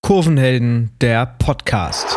Kurvenhelden, der Podcast.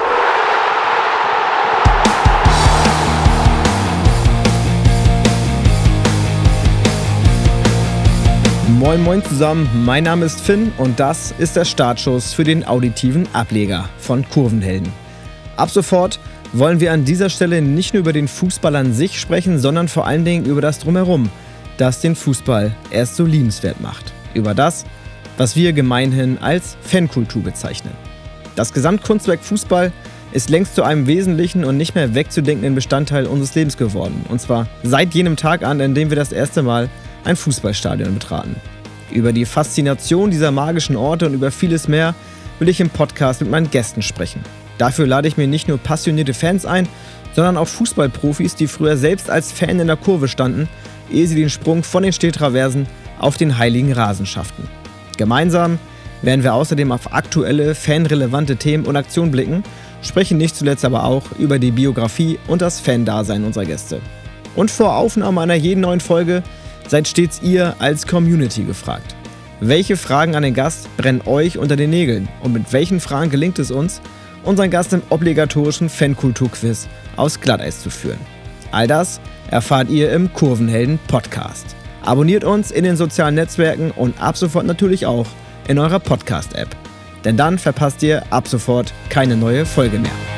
Moin moin zusammen, mein Name ist Finn und das ist der Startschuss für den auditiven Ableger von Kurvenhelden. Ab sofort wollen wir an dieser Stelle nicht nur über den Fußball an sich sprechen, sondern vor allen Dingen über das Drumherum, das den Fußball erst so liebenswert macht. Über das, was wir gemeinhin als Fankultur bezeichnen. Das Gesamtkunstwerk Fußball ist längst zu einem wesentlichen und nicht mehr wegzudenkenden Bestandteil unseres Lebens geworden. Und zwar seit jenem Tag an, an dem wir das erste Mal ein Fußballstadion betraten. Über die Faszination dieser magischen Orte und über vieles mehr will ich im Podcast mit meinen Gästen sprechen. Dafür lade ich mir nicht nur passionierte Fans ein, sondern auch Fußballprofis, die früher selbst als Fan in der Kurve standen, ehe sie den Sprung von den Stehtraversen auf den heiligen Rasen schafften. Gemeinsam werden wir außerdem auf aktuelle, fanrelevante Themen und Aktionen blicken, sprechen nicht zuletzt aber auch über die Biografie und das Fan-Dasein unserer Gäste. Und vor Aufnahme einer jeden neuen Folge seid stets ihr als Community gefragt. Welche Fragen an den Gast brennen euch unter den Nägeln und mit welchen Fragen gelingt es uns, unseren Gast im obligatorischen Fankultur-Quiz aus Glatteis zu führen? All das erfahrt ihr im Kurvenhelden-Podcast. Abonniert uns in den sozialen Netzwerken und ab sofort natürlich auch in eurer Podcast-App. Denn dann verpasst ihr ab sofort keine neue Folge mehr.